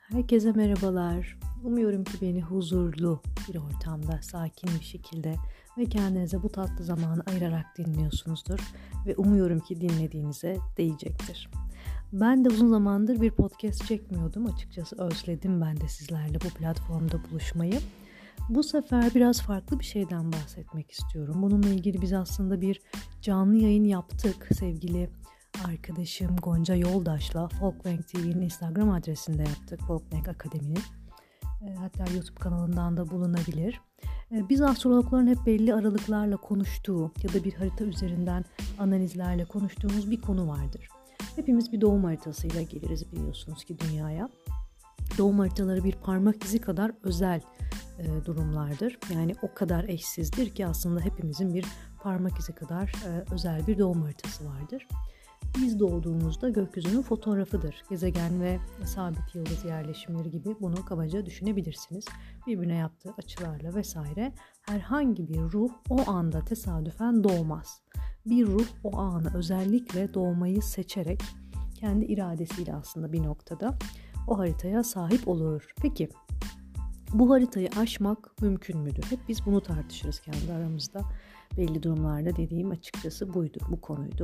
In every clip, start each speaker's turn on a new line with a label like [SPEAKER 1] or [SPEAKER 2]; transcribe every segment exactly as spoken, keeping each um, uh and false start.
[SPEAKER 1] Herkese merhabalar. Umuyorum ki beni huzurlu bir ortamda, sakin bir şekilde ve kendinize bu tatlı zamanı ayırarak dinliyorsunuzdur. Ve umuyorum ki dinlediğinize değecektir. Ben de uzun zamandır bir podcast çekmiyordum. Açıkçası özledim ben de sizlerle bu platformda buluşmayı. Bu sefer biraz farklı bir şeyden bahsetmek istiyorum. Bununla ilgili biz aslında bir canlı yayın yaptık sevgili arkadaşım Gonca Yoldaş'la Folkbank T V'nin Instagram adresinde yaptık. Folkbank Akademi'nin. Hatta YouTube kanalından da bulunabilir. Biz astrologların hep belli aralıklarla konuştuğu ya da bir harita üzerinden analizlerle konuştuğumuz bir konu vardır. Hepimiz bir doğum haritasıyla geliriz biliyorsunuz ki dünyaya. Doğum haritaları bir parmak izi kadar özel e, durumlardır. Yani o kadar eşsizdir ki aslında hepimizin bir parmak izi kadar e, özel bir doğum haritası vardır. Biz doğduğumuzda gökyüzünün fotoğrafıdır. Gezegen ve sabit yıldız yerleşimleri gibi bunu kabaca düşünebilirsiniz. Birbirine yaptığı açılarla vesaire herhangi bir ruh o anda tesadüfen doğmaz. Bir ruh o anı özellikle doğmayı seçerek kendi iradesiyle aslında bir noktada o haritaya sahip olur. Peki bu haritayı aşmak mümkün müdür? Hep biz bunu tartışırız kendi aramızda. Belli durumlarda dediğim açıkçası buydu, bu konuydu.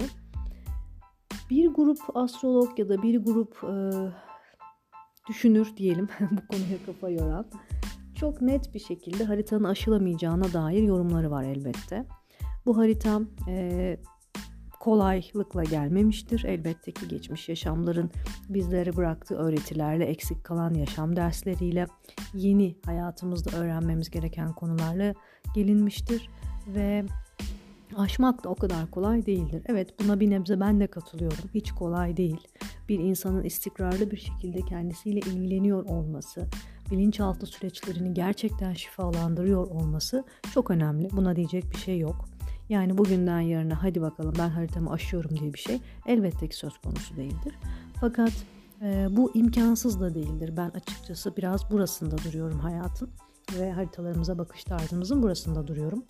[SPEAKER 1] Bir grup astrolog ya da bir grup e, düşünür diyelim bu konuya kafa yoran çok net bir şekilde haritanın aşılamayacağına dair yorumları var elbette. Bu harita e, kolaylıkla gelmemiştir. Elbette ki geçmiş yaşamların bizlere bıraktığı öğretilerle, eksik kalan yaşam dersleriyle, yeni hayatımızda öğrenmemiz gereken konularla gelinmiştir ve aşmak da o kadar kolay değildir. Evet, buna bir nebze ben de katılıyorum. Hiç kolay değil. Bir insanın istikrarlı bir şekilde kendisiyle ilgileniyor olması, bilinçaltı süreçlerini gerçekten şifalandırıyor olması çok önemli. Buna diyecek bir şey yok. Yani bugünden yarına hadi bakalım ben haritamı aşıyorum diye bir şey elbette ki söz konusu değildir. Fakat e, bu imkansız da değildir. Ben açıkçası biraz burasında duruyorum hayatın ve haritalarımıza bakış tarzımızın burasında duruyorum.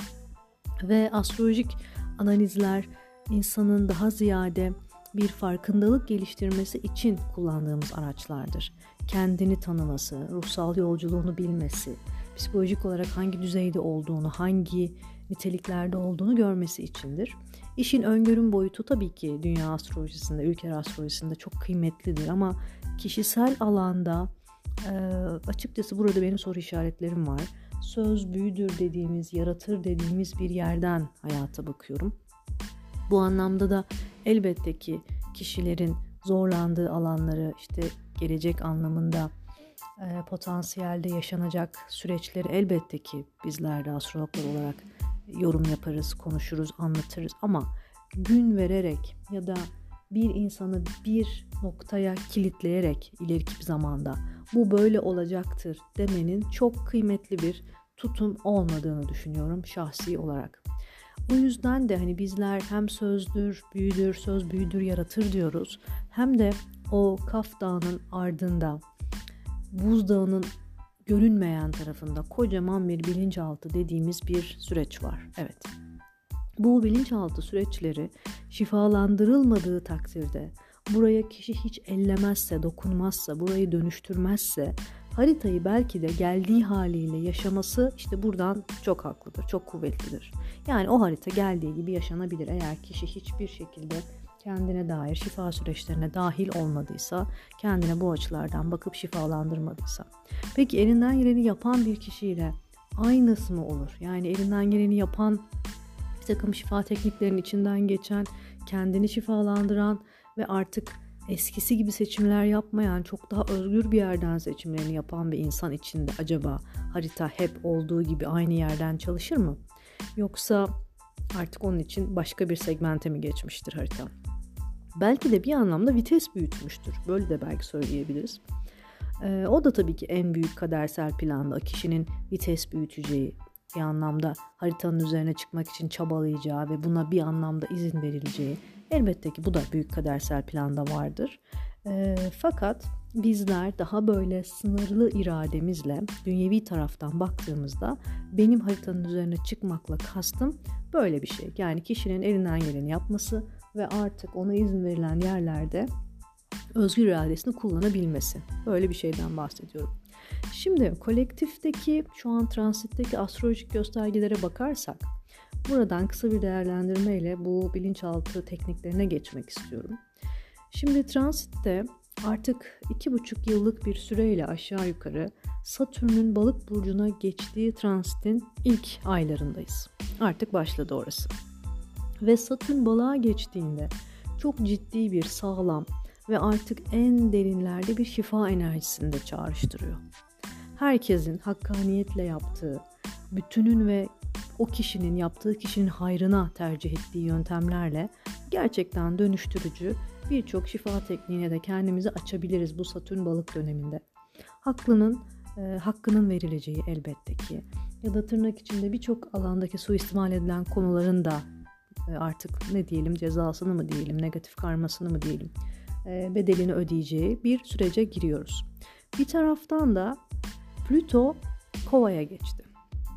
[SPEAKER 1] Ve astrolojik analizler insanın daha ziyade bir farkındalık geliştirmesi için kullandığımız araçlardır. Kendini tanıması, ruhsal yolculuğunu bilmesi, psikolojik olarak hangi düzeyde olduğunu, hangi niteliklerde olduğunu görmesi içindir. İşin öngörüm boyutu tabii ki dünya astrolojisinde, ülke astrolojisinde çok kıymetlidir ama kişisel alanda e, açıkçası burada benim soru işaretlerim var. Söz büyüdür dediğimiz, yaratır dediğimiz bir yerden hayata bakıyorum. Bu anlamda da elbette ki kişilerin zorlandığı alanları, işte gelecek anlamında e, potansiyelde yaşanacak süreçleri elbette ki bizler de astrologlar olarak yorum yaparız, konuşuruz, anlatırız ama gün vererek ya da bir insanı bir noktaya kilitleyerek ileriki bir zamanda bu böyle olacaktır demenin çok kıymetli bir tutum olmadığını düşünüyorum şahsi olarak. Bu yüzden de hani bizler hem sözdür, büyüdür, söz büyüdür, yaratır diyoruz. Hem de o Kaf Dağı'nın ardında, buzdağının görünmeyen tarafında kocaman bir bilinçaltı dediğimiz bir süreç var. Evet. Bu bilinçaltı süreçleri şifalandırılmadığı takdirde, buraya kişi hiç ellemezse, dokunmazsa, burayı dönüştürmezse, haritayı belki de geldiği haliyle yaşaması işte buradan çok haklıdır, çok kuvvetlidir. Yani o harita geldiği gibi yaşanabilir eğer kişi hiçbir şekilde kendine dair şifa süreçlerine dahil olmadıysa, kendine bu açılardan bakıp şifalandırmadıysa. Peki elinden geleni yapan bir kişiyle aynısı mı olur? Yani elinden geleni yapan, bir takım şifa tekniklerinin içinden geçen, kendini şifalandıran ve artık eskisi gibi seçimler yapmayan, çok daha özgür bir yerden seçimlerini yapan bir insan için de acaba harita hep olduğu gibi aynı yerden çalışır mı? Yoksa artık onun için başka bir segmente mi geçmiştir harita? Belki de bir anlamda vites büyütmüştür. Böyle de belki söyleyebiliriz. Ee, o da tabii ki en büyük kadersel planda kişinin vites büyüteceği, bir anlamda haritanın üzerine çıkmak için çabalayacağı ve buna bir anlamda izin verileceği, elbette ki bu da büyük kadersel planda vardır. E, fakat bizler daha böyle sınırlı irademizle dünyevi taraftan baktığımızda benim haritanın üzerine çıkmakla kastım böyle bir şey. Yani kişinin elinden geleni yapması ve artık ona izin verilen yerlerde özgür iradesini kullanabilmesi. Böyle bir şeyden bahsediyorum. Şimdi kolektifteki, şu an transitteki astrolojik göstergelere bakarsak, buradan kısa bir değerlendirmeyle bu bilinçaltı tekniklerine geçmek istiyorum. Şimdi transitte artık iki buçuk yıllık bir süreyle aşağı yukarı Satürn'ün Balık burcuna geçtiği transitin ilk aylarındayız. Artık başladı orası. Ve Satürn Balığa geçtiğinde çok ciddi bir, sağlam ve artık en derinlerde bir şifa enerjisini de çağrıştırıyor. Herkesin hakkaniyetle yaptığı, bütünün ve o kişinin, yaptığı kişinin hayrına tercih ettiği yöntemlerle gerçekten dönüştürücü birçok şifa tekniğine de kendimizi açabiliriz bu Satürn Balık döneminde. Haklının, e, hakkının verileceği elbette ki, ya da tırnak içinde birçok alandaki suistimal edilen konuların da e, artık ne diyelim, cezasını mı diyelim, negatif karmasını mı diyelim, e, bedelini ödeyeceği bir sürece giriyoruz. Bir taraftan da Plüto Kova'ya geçti.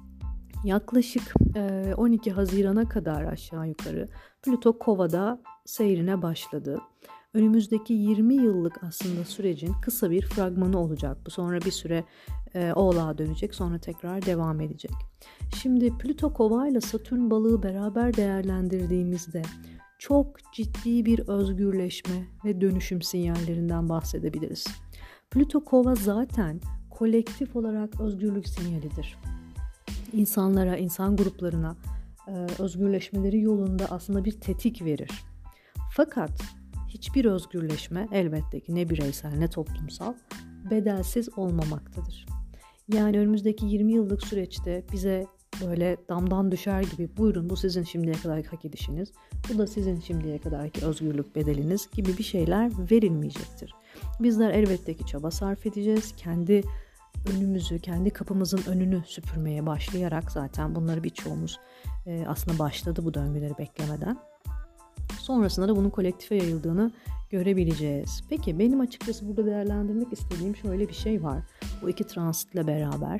[SPEAKER 1] Yaklaşık on iki Haziran'a kadar aşağı yukarı Plüto Kova'da seyrine başladı. Önümüzdeki yirmi yıllık aslında sürecin kısa bir fragmanı olacak. Bu sonra bir süre Oğlağa dönecek, sonra tekrar devam edecek. Şimdi Plüto Kova ile Satürn Balığı beraber değerlendirdiğimizde çok ciddi bir özgürleşme ve dönüşüm sinyallerinden bahsedebiliriz. Plüto Kova zaten kolektif olarak özgürlük sinyalidir. İnsanlara, insan gruplarına e, özgürleşmeleri yolunda aslında bir tetik verir. Fakat hiçbir özgürleşme elbette ki ne bireysel ne toplumsal bedelsiz olmamaktadır. Yani önümüzdeki yirmi yıllık süreçte bize böyle damdan düşer gibi, buyurun bu sizin şimdiye kadarki hak edişiniz, bu da sizin şimdiye kadarki özgürlük bedeliniz gibi bir şeyler verilmeyecektir. Bizler elbette ki çaba sarf edeceğiz. Kendi önümüzü, kendi kapımızın önünü süpürmeye başlayarak, zaten bunları birçoğumuz e, aslında başladı bu döngüleri beklemeden. Sonrasında da bunun kolektife yayıldığını görebileceğiz. Peki benim açıkçası burada değerlendirmek istediğim şöyle bir şey var. Bu iki transitle beraber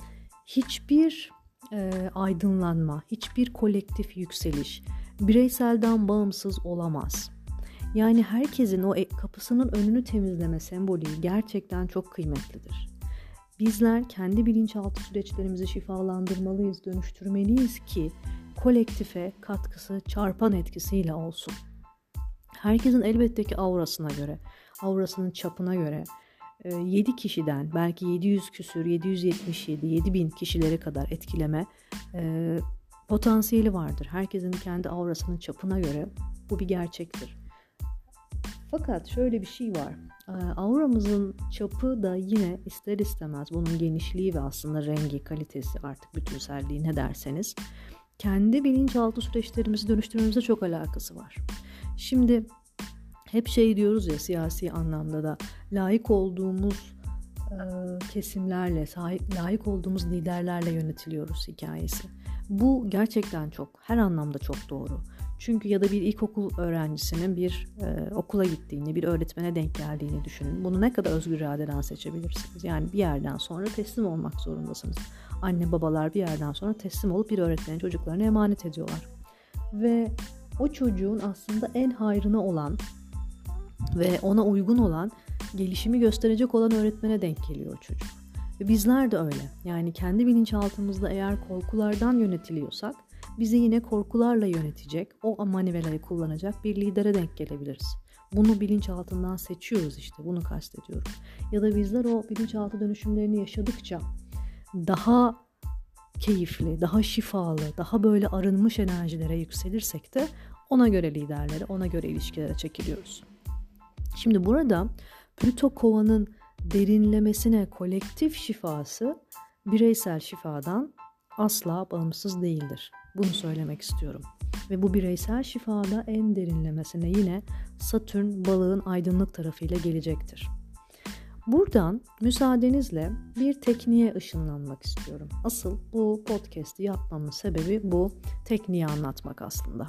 [SPEAKER 1] hiçbir e, aydınlanma, hiçbir kolektif yükseliş bireyselden bağımsız olamaz. Yani herkesin o kapısının önünü temizleme sembolü gerçekten çok kıymetlidir. Bizler kendi bilinçaltı süreçlerimizi şifalandırmalıyız, dönüştürmeliyiz ki kolektife katkısı çarpan etkisiyle olsun. Herkesin elbette ki aurasına göre, aurasının çapına göre yedi kişiden belki yedi yüz küsür, yedi yüz yetmiş yedi, yedi bin kişilere kadar etkileme e, potansiyeli vardır. Herkesin kendi aurasının çapına göre bu bir gerçektir. Fakat şöyle bir şey var. Auramızın çapı da yine ister istemez bunun genişliği ve aslında rengi, kalitesi, artık bütünselliği ne derseniz, kendi bilinçaltı süreçlerimizi dönüştürmemize çok alakası var. Şimdi hep şey diyoruz ya, siyasi anlamda da layık olduğumuz e, kesimlerle, sahip, layık olduğumuz liderlerle yönetiliyoruz hikayesi. Bu gerçekten çok, her anlamda çok doğru. Çünkü ya da bir ilkokul öğrencisinin bir e, okula gittiğini, bir öğretmene denk geldiğini düşünün. Bunu ne kadar özgür iradeden seçebilirsiniz? Yani bir yerden sonra teslim olmak zorundasınız. Anne babalar bir yerden sonra teslim olup bir öğretmenin çocuklarına emanet ediyorlar. Ve o çocuğun aslında en hayrına olan ve ona uygun olan, gelişimi gösterecek olan öğretmene denk geliyor çocuk. Ve bizler de öyle. Yani kendi bilinçaltımızda eğer korkulardan yönetiliyorsak, bizi yine korkularla yönetecek, o manivelayı kullanacak bir lidere denk gelebiliriz. Bunu bilinçaltından seçiyoruz işte, bunu kastediyorum. Ya da bizler o bilinçaltı dönüşümlerini yaşadıkça daha keyifli, daha şifalı, daha böyle arınmış enerjilere yükselirsek de ona göre liderlere, ona göre ilişkilere çekiliyoruz. Şimdi burada Plüto Kova'nın derinlemesine kolektif şifası bireysel şifadan asla bağımsız değildir. Bunu söylemek istiyorum. Ve bu bireysel şifada en derinlemesine yine Satürn balığın aydınlık tarafıyla gelecektir. Buradan müsaadenizle bir tekniğe ışınlanmak istiyorum. Asıl bu podcast'i yapmamın sebebi bu tekniği anlatmak aslında.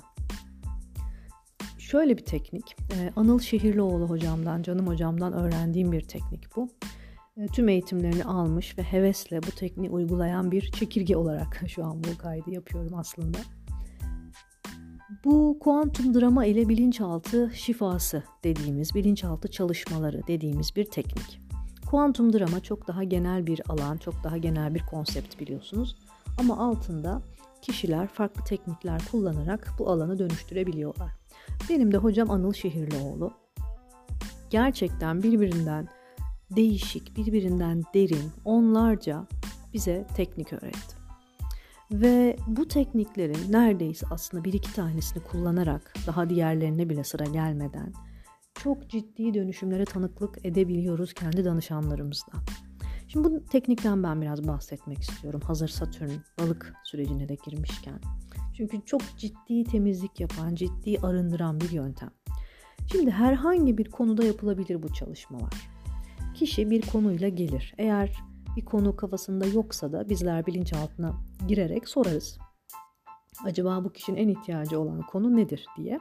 [SPEAKER 1] Şöyle bir teknik, Anıl Şehirlioğlu hocamdan, canım hocamdan öğrendiğim bir teknik bu. Tüm eğitimlerini almış ve hevesle bu tekniği uygulayan bir çekirge olarak şu an bu kaydı yapıyorum aslında. Bu kuantum drama ile bilinçaltı şifası dediğimiz, bilinçaltı çalışmaları dediğimiz bir teknik. Kuantum drama çok daha genel bir alan, çok daha genel bir konsept biliyorsunuz. Ama altında kişiler farklı teknikler kullanarak bu alanı dönüştürebiliyorlar. Benim de hocam Anıl Şehirlioğlu gerçekten birbirinden değişik, birbirinden derin, onlarca bize teknik öğretti. Ve bu tekniklerin neredeyse aslında bir iki tanesini kullanarak, daha diğerlerine bile sıra gelmeden çok ciddi dönüşümlere tanıklık edebiliyoruz kendi danışanlarımızla. Şimdi bu teknikten ben biraz bahsetmek istiyorum. Hazır Satürn balık sürecine de girmişken. Çünkü çok ciddi temizlik yapan, ciddi arındıran bir yöntem. Şimdi herhangi bir konuda yapılabilir bu çalışmalar. Kişi bir konuyla gelir. Eğer bir konu kafasında yoksa da bizler bilinçaltına girerek sorarız. Acaba bu kişinin en ihtiyacı olan konu nedir diye.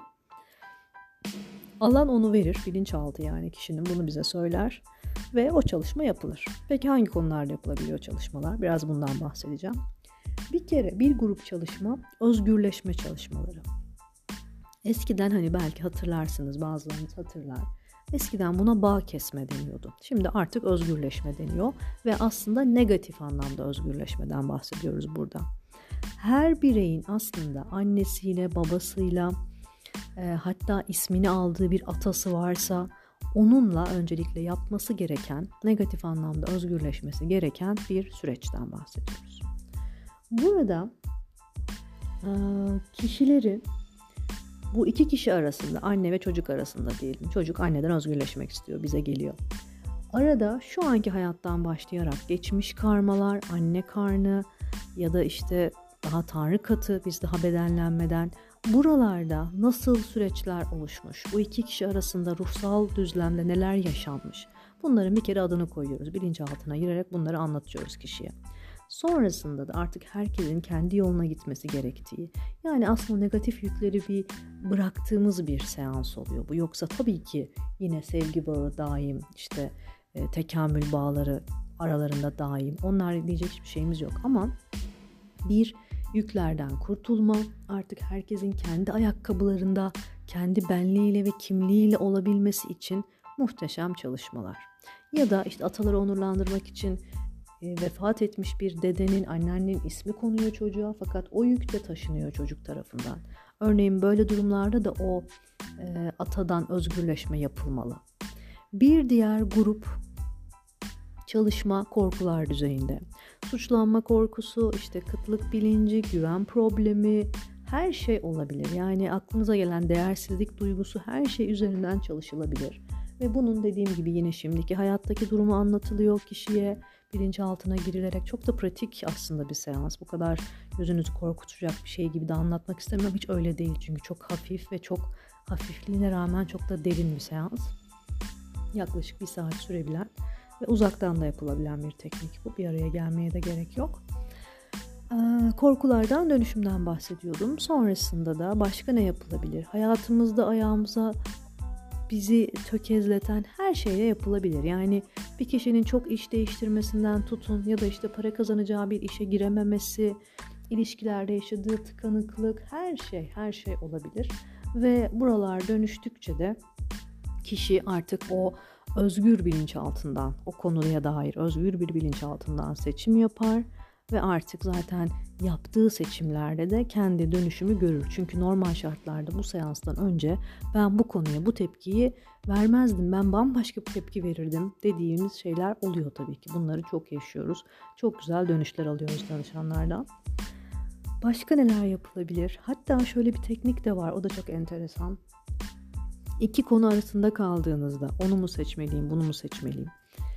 [SPEAKER 1] Alan onu verir, bilinçaltı yani kişinin bunu bize söyler ve o çalışma yapılır. Peki hangi konularda yapılabiliyor çalışmalar? Biraz bundan bahsedeceğim. Bir kere bir grup çalışma özgürleşme çalışmaları. Eskiden hani belki hatırlarsınız, bazılarınız hatırlar. Eskiden buna bağ kesme deniyordu. Şimdi artık özgürleşme deniyor ve aslında negatif anlamda özgürleşmeden bahsediyoruz burada. Her bireyin aslında annesiyle, babasıyla, e, hatta ismini aldığı bir atası varsa onunla öncelikle yapması gereken, negatif anlamda özgürleşmesi gereken bir süreçten bahsediyoruz. Burada e, kişilerin bu iki kişi arasında, anne ve çocuk arasında diyelim. Çocuk anneden özgürleşmek istiyor, bize geliyor. Arada şu anki hayattan başlayarak geçmiş karmalar, anne karnı ya da işte daha tanrı katı, biz daha bedenlenmeden buralarda nasıl süreçler oluşmuş? Bu iki kişi arasında ruhsal düzlemde neler yaşanmış? Bunların bir kere adını koyuyoruz. Bilinçaltına girerek bunları anlatıyoruz kişiye. Sonrasında da artık herkesin kendi yoluna gitmesi gerektiği, yani aslında negatif yükleri bir bıraktığımız bir seans oluyor bu. Yoksa tabii ki yine sevgi bağı daim, işte e, tekamül bağları aralarında daim. Onlar diyecek hiçbir şeyimiz yok ama bir yüklerden kurtulma, artık herkesin kendi ayakkabılarında, kendi benliğiyle ve kimliğiyle olabilmesi için muhteşem çalışmalar. Ya da işte ataları onurlandırmak için E, vefat etmiş bir dedenin, anneannenin ismi konuyor çocuğa fakat o yük de taşınıyor çocuk tarafından. Örneğin böyle durumlarda da o e, atadan özgürleşme yapılmalı. Bir diğer grup çalışma korkular düzeyinde. Suçlanma korkusu, işte kıtlık bilinci, güven problemi, her şey olabilir. Yani aklınıza gelen değersizlik duygusu, her şey üzerinden çalışılabilir. Ve bunun dediğim gibi yine şimdiki hayattaki durumu anlatılıyor kişiye. Bilinçaltına girilerek çok da pratik aslında bir seans. Bu kadar gözünüzü korkutacak bir şey gibi de anlatmak istemiyorum. Hiç öyle değil çünkü çok hafif ve çok hafifliğine rağmen çok da derin bir seans. Yaklaşık bir saat sürebilen ve uzaktan da yapılabilen bir teknik bu. Bir araya gelmeye de gerek yok. Ee, korkulardan, dönüşümden bahsediyordum. Sonrasında da başka ne yapılabilir? Hayatımızda ayağımıza bizi tökezleten her şeye yapılabilir. Yani bir kişinin çok iş değiştirmesinden tutun ya da işte para kazanacağı bir işe girememesi, ilişkilerde yaşadığı tıkanıklık, her şey, her şey olabilir. Ve buralar dönüştükçe de kişi artık o özgür bilinçaltından, o konuya dair özgür bir bilinçaltından seçim yapar ve artık zaten yaptığı seçimlerde de kendi dönüşümü görür. Çünkü normal şartlarda bu seanstan önce ben bu konuya bu tepkiyi vermezdim, ben bambaşka bir tepki verirdim dediğimiz şeyler oluyor tabii ki. Bunları çok yaşıyoruz. Çok güzel dönüşler alıyoruz danışanlardan. Başka neler yapılabilir? Hatta şöyle bir teknik de var, o da çok enteresan. İki konu arasında kaldığınızda onu mu seçmeliyim, bunu mu seçmeliyim?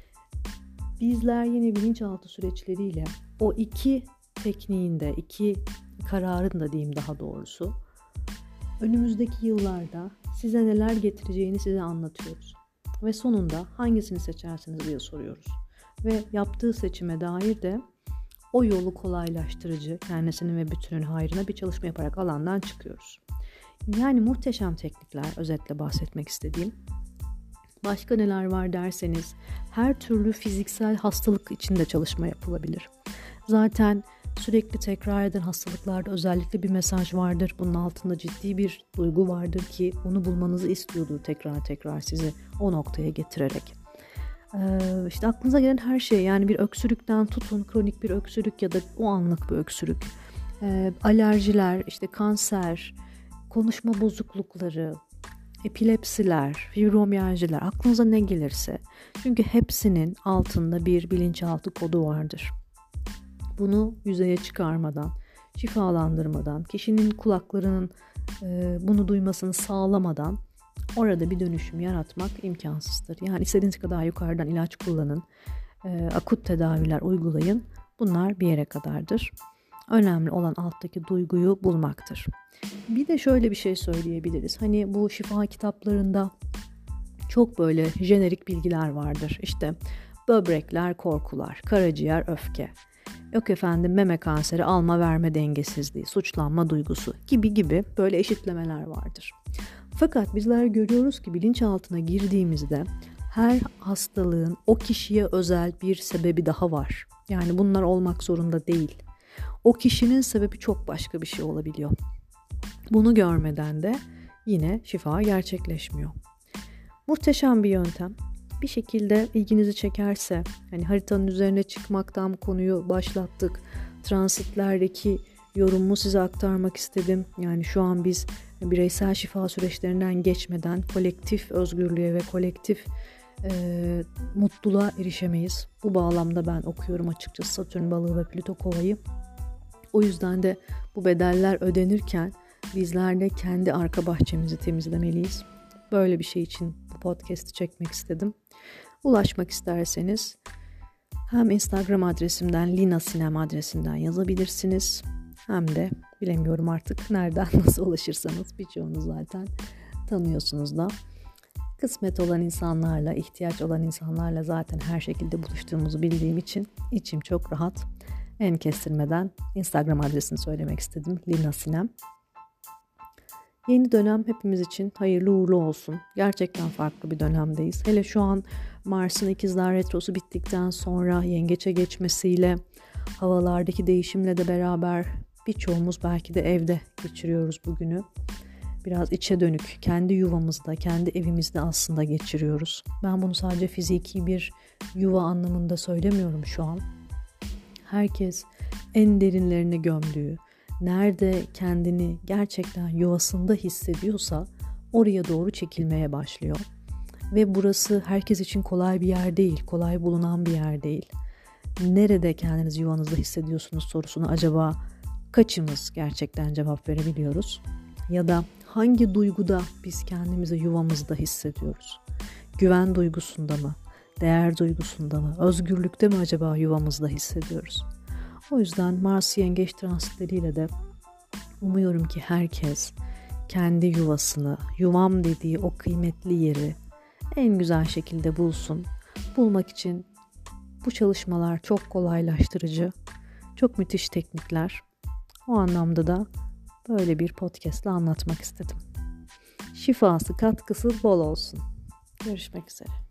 [SPEAKER 1] Bizler yine bilinçaltı süreçleriyle o iki tekniğinde, iki kararın da diyeyim daha doğrusu, önümüzdeki yıllarda size neler getireceğini size anlatıyoruz. Ve sonunda hangisini seçersiniz diye soruyoruz. Ve yaptığı seçime dair de o yolu kolaylaştırıcı, kendisinin ve bütünün hayrına bir çalışma yaparak alandan çıkıyoruz. Yani muhteşem teknikler, özetle bahsetmek istediğim. Başka neler var derseniz, her türlü fiziksel hastalık için de çalışma yapılabilir. Zaten sürekli tekrar eden hastalıklarda özellikle bir mesaj vardır. Bunun altında ciddi bir duygu vardır ki onu bulmanızı istiyordur tekrar tekrar sizi o noktaya getirerek. Ee, işte aklınıza gelen her şey, yani bir öksürükten tutun, kronik bir öksürük ya da o anlık bir öksürük, ee, alerjiler, işte kanser, konuşma bozuklukları, epilepsiler, fibromiyaljiler, aklınıza ne gelirse. Çünkü hepsinin altında bir bilinçaltı kodu vardır. Bunu yüzeye çıkarmadan, şifalandırmadan, kişinin kulaklarının e, bunu duymasını sağlamadan orada bir dönüşüm yaratmak imkansızdır. Yani istediğiniz kadar yukarıdan ilaç kullanın, e, akut tedaviler uygulayın. Bunlar bir yere kadardır. Önemli olan alttaki duyguyu bulmaktır. Bir de şöyle bir şey söyleyebiliriz. Hani bu şifa kitaplarında çok böyle jenerik bilgiler vardır. İşte böbrekler korkular, karaciğer öfke, yok efendim meme kanseri alma verme dengesizliği, suçlanma duygusu gibi gibi böyle eşitlemeler vardır. Fakat bizler görüyoruz ki bilinçaltına girdiğimizde her hastalığın o kişiye özel bir sebebi daha var. Yani bunlar olmak zorunda değil. O kişinin sebebi çok başka bir şey olabiliyor. Bunu görmeden de yine şifa gerçekleşmiyor. Muhteşem bir yöntem. Bir şekilde ilginizi çekerse, hani haritanın üzerine çıkmaktan konuyu başlattık. Transitlerdeki yorumumu size aktarmak istedim. Yani şu an biz bireysel şifa süreçlerinden geçmeden kolektif özgürlüğe ve kolektif e, mutluluğa erişemeyiz. Bu bağlamda ben okuyorum açıkçası Satürn balığı ve Plüto kovayı. O yüzden de bu bedeller ödenirken bizler de kendi arka bahçemizi temizlemeliyiz. Böyle bir şey için bu podcast'i çekmek istedim. Ulaşmak isterseniz hem Instagram adresimden, Lina Sinem adresinden yazabilirsiniz. Hem de bilemiyorum artık nereden nasıl ulaşırsanız, birçoğunuz zaten tanıyorsunuz da. Kısmet olan insanlarla, ihtiyaç olan insanlarla zaten her şekilde buluştuğumuzu bildiğim için içim çok rahat. En kestirmeden Instagram adresini söylemek istedim. Lina Sinem. Yeni dönem hepimiz için hayırlı uğurlu olsun. Gerçekten farklı bir dönemdeyiz. Hele şu an Mars'ın İkizler Retrosu bittikten sonra yengeçe geçmesiyle, havalardaki değişimle de beraber birçoğumuz belki de evde geçiriyoruz bugünü. Biraz içe dönük, kendi yuvamızda, kendi evimizde aslında geçiriyoruz. Ben bunu sadece fiziki bir yuva anlamında söylemiyorum şu an. Herkes en derinlerine gömdüğü, nerede kendini gerçekten yuvasında hissediyorsa oraya doğru çekilmeye başlıyor. Ve burası herkes için kolay bir yer değil, kolay bulunan bir yer değil. Nerede kendinizi yuvanızda hissediyorsunuz sorusuna acaba kaçımız gerçekten cevap verebiliyoruz? Ya da hangi duyguda biz kendimizi yuvamızda hissediyoruz? Güven duygusunda mı? Değer duygusunda mı? Özgürlükte mi acaba yuvamızda hissediyoruz? O yüzden Mars Yengeç transitleriyle de umuyorum ki herkes kendi yuvasını, yuvam dediği o kıymetli yeri en güzel şekilde bulsun. Bulmak için bu çalışmalar çok kolaylaştırıcı, çok müthiş teknikler. O anlamda da böyle bir podcast'le anlatmak istedim. Şifası, katkısı bol olsun. Görüşmek üzere.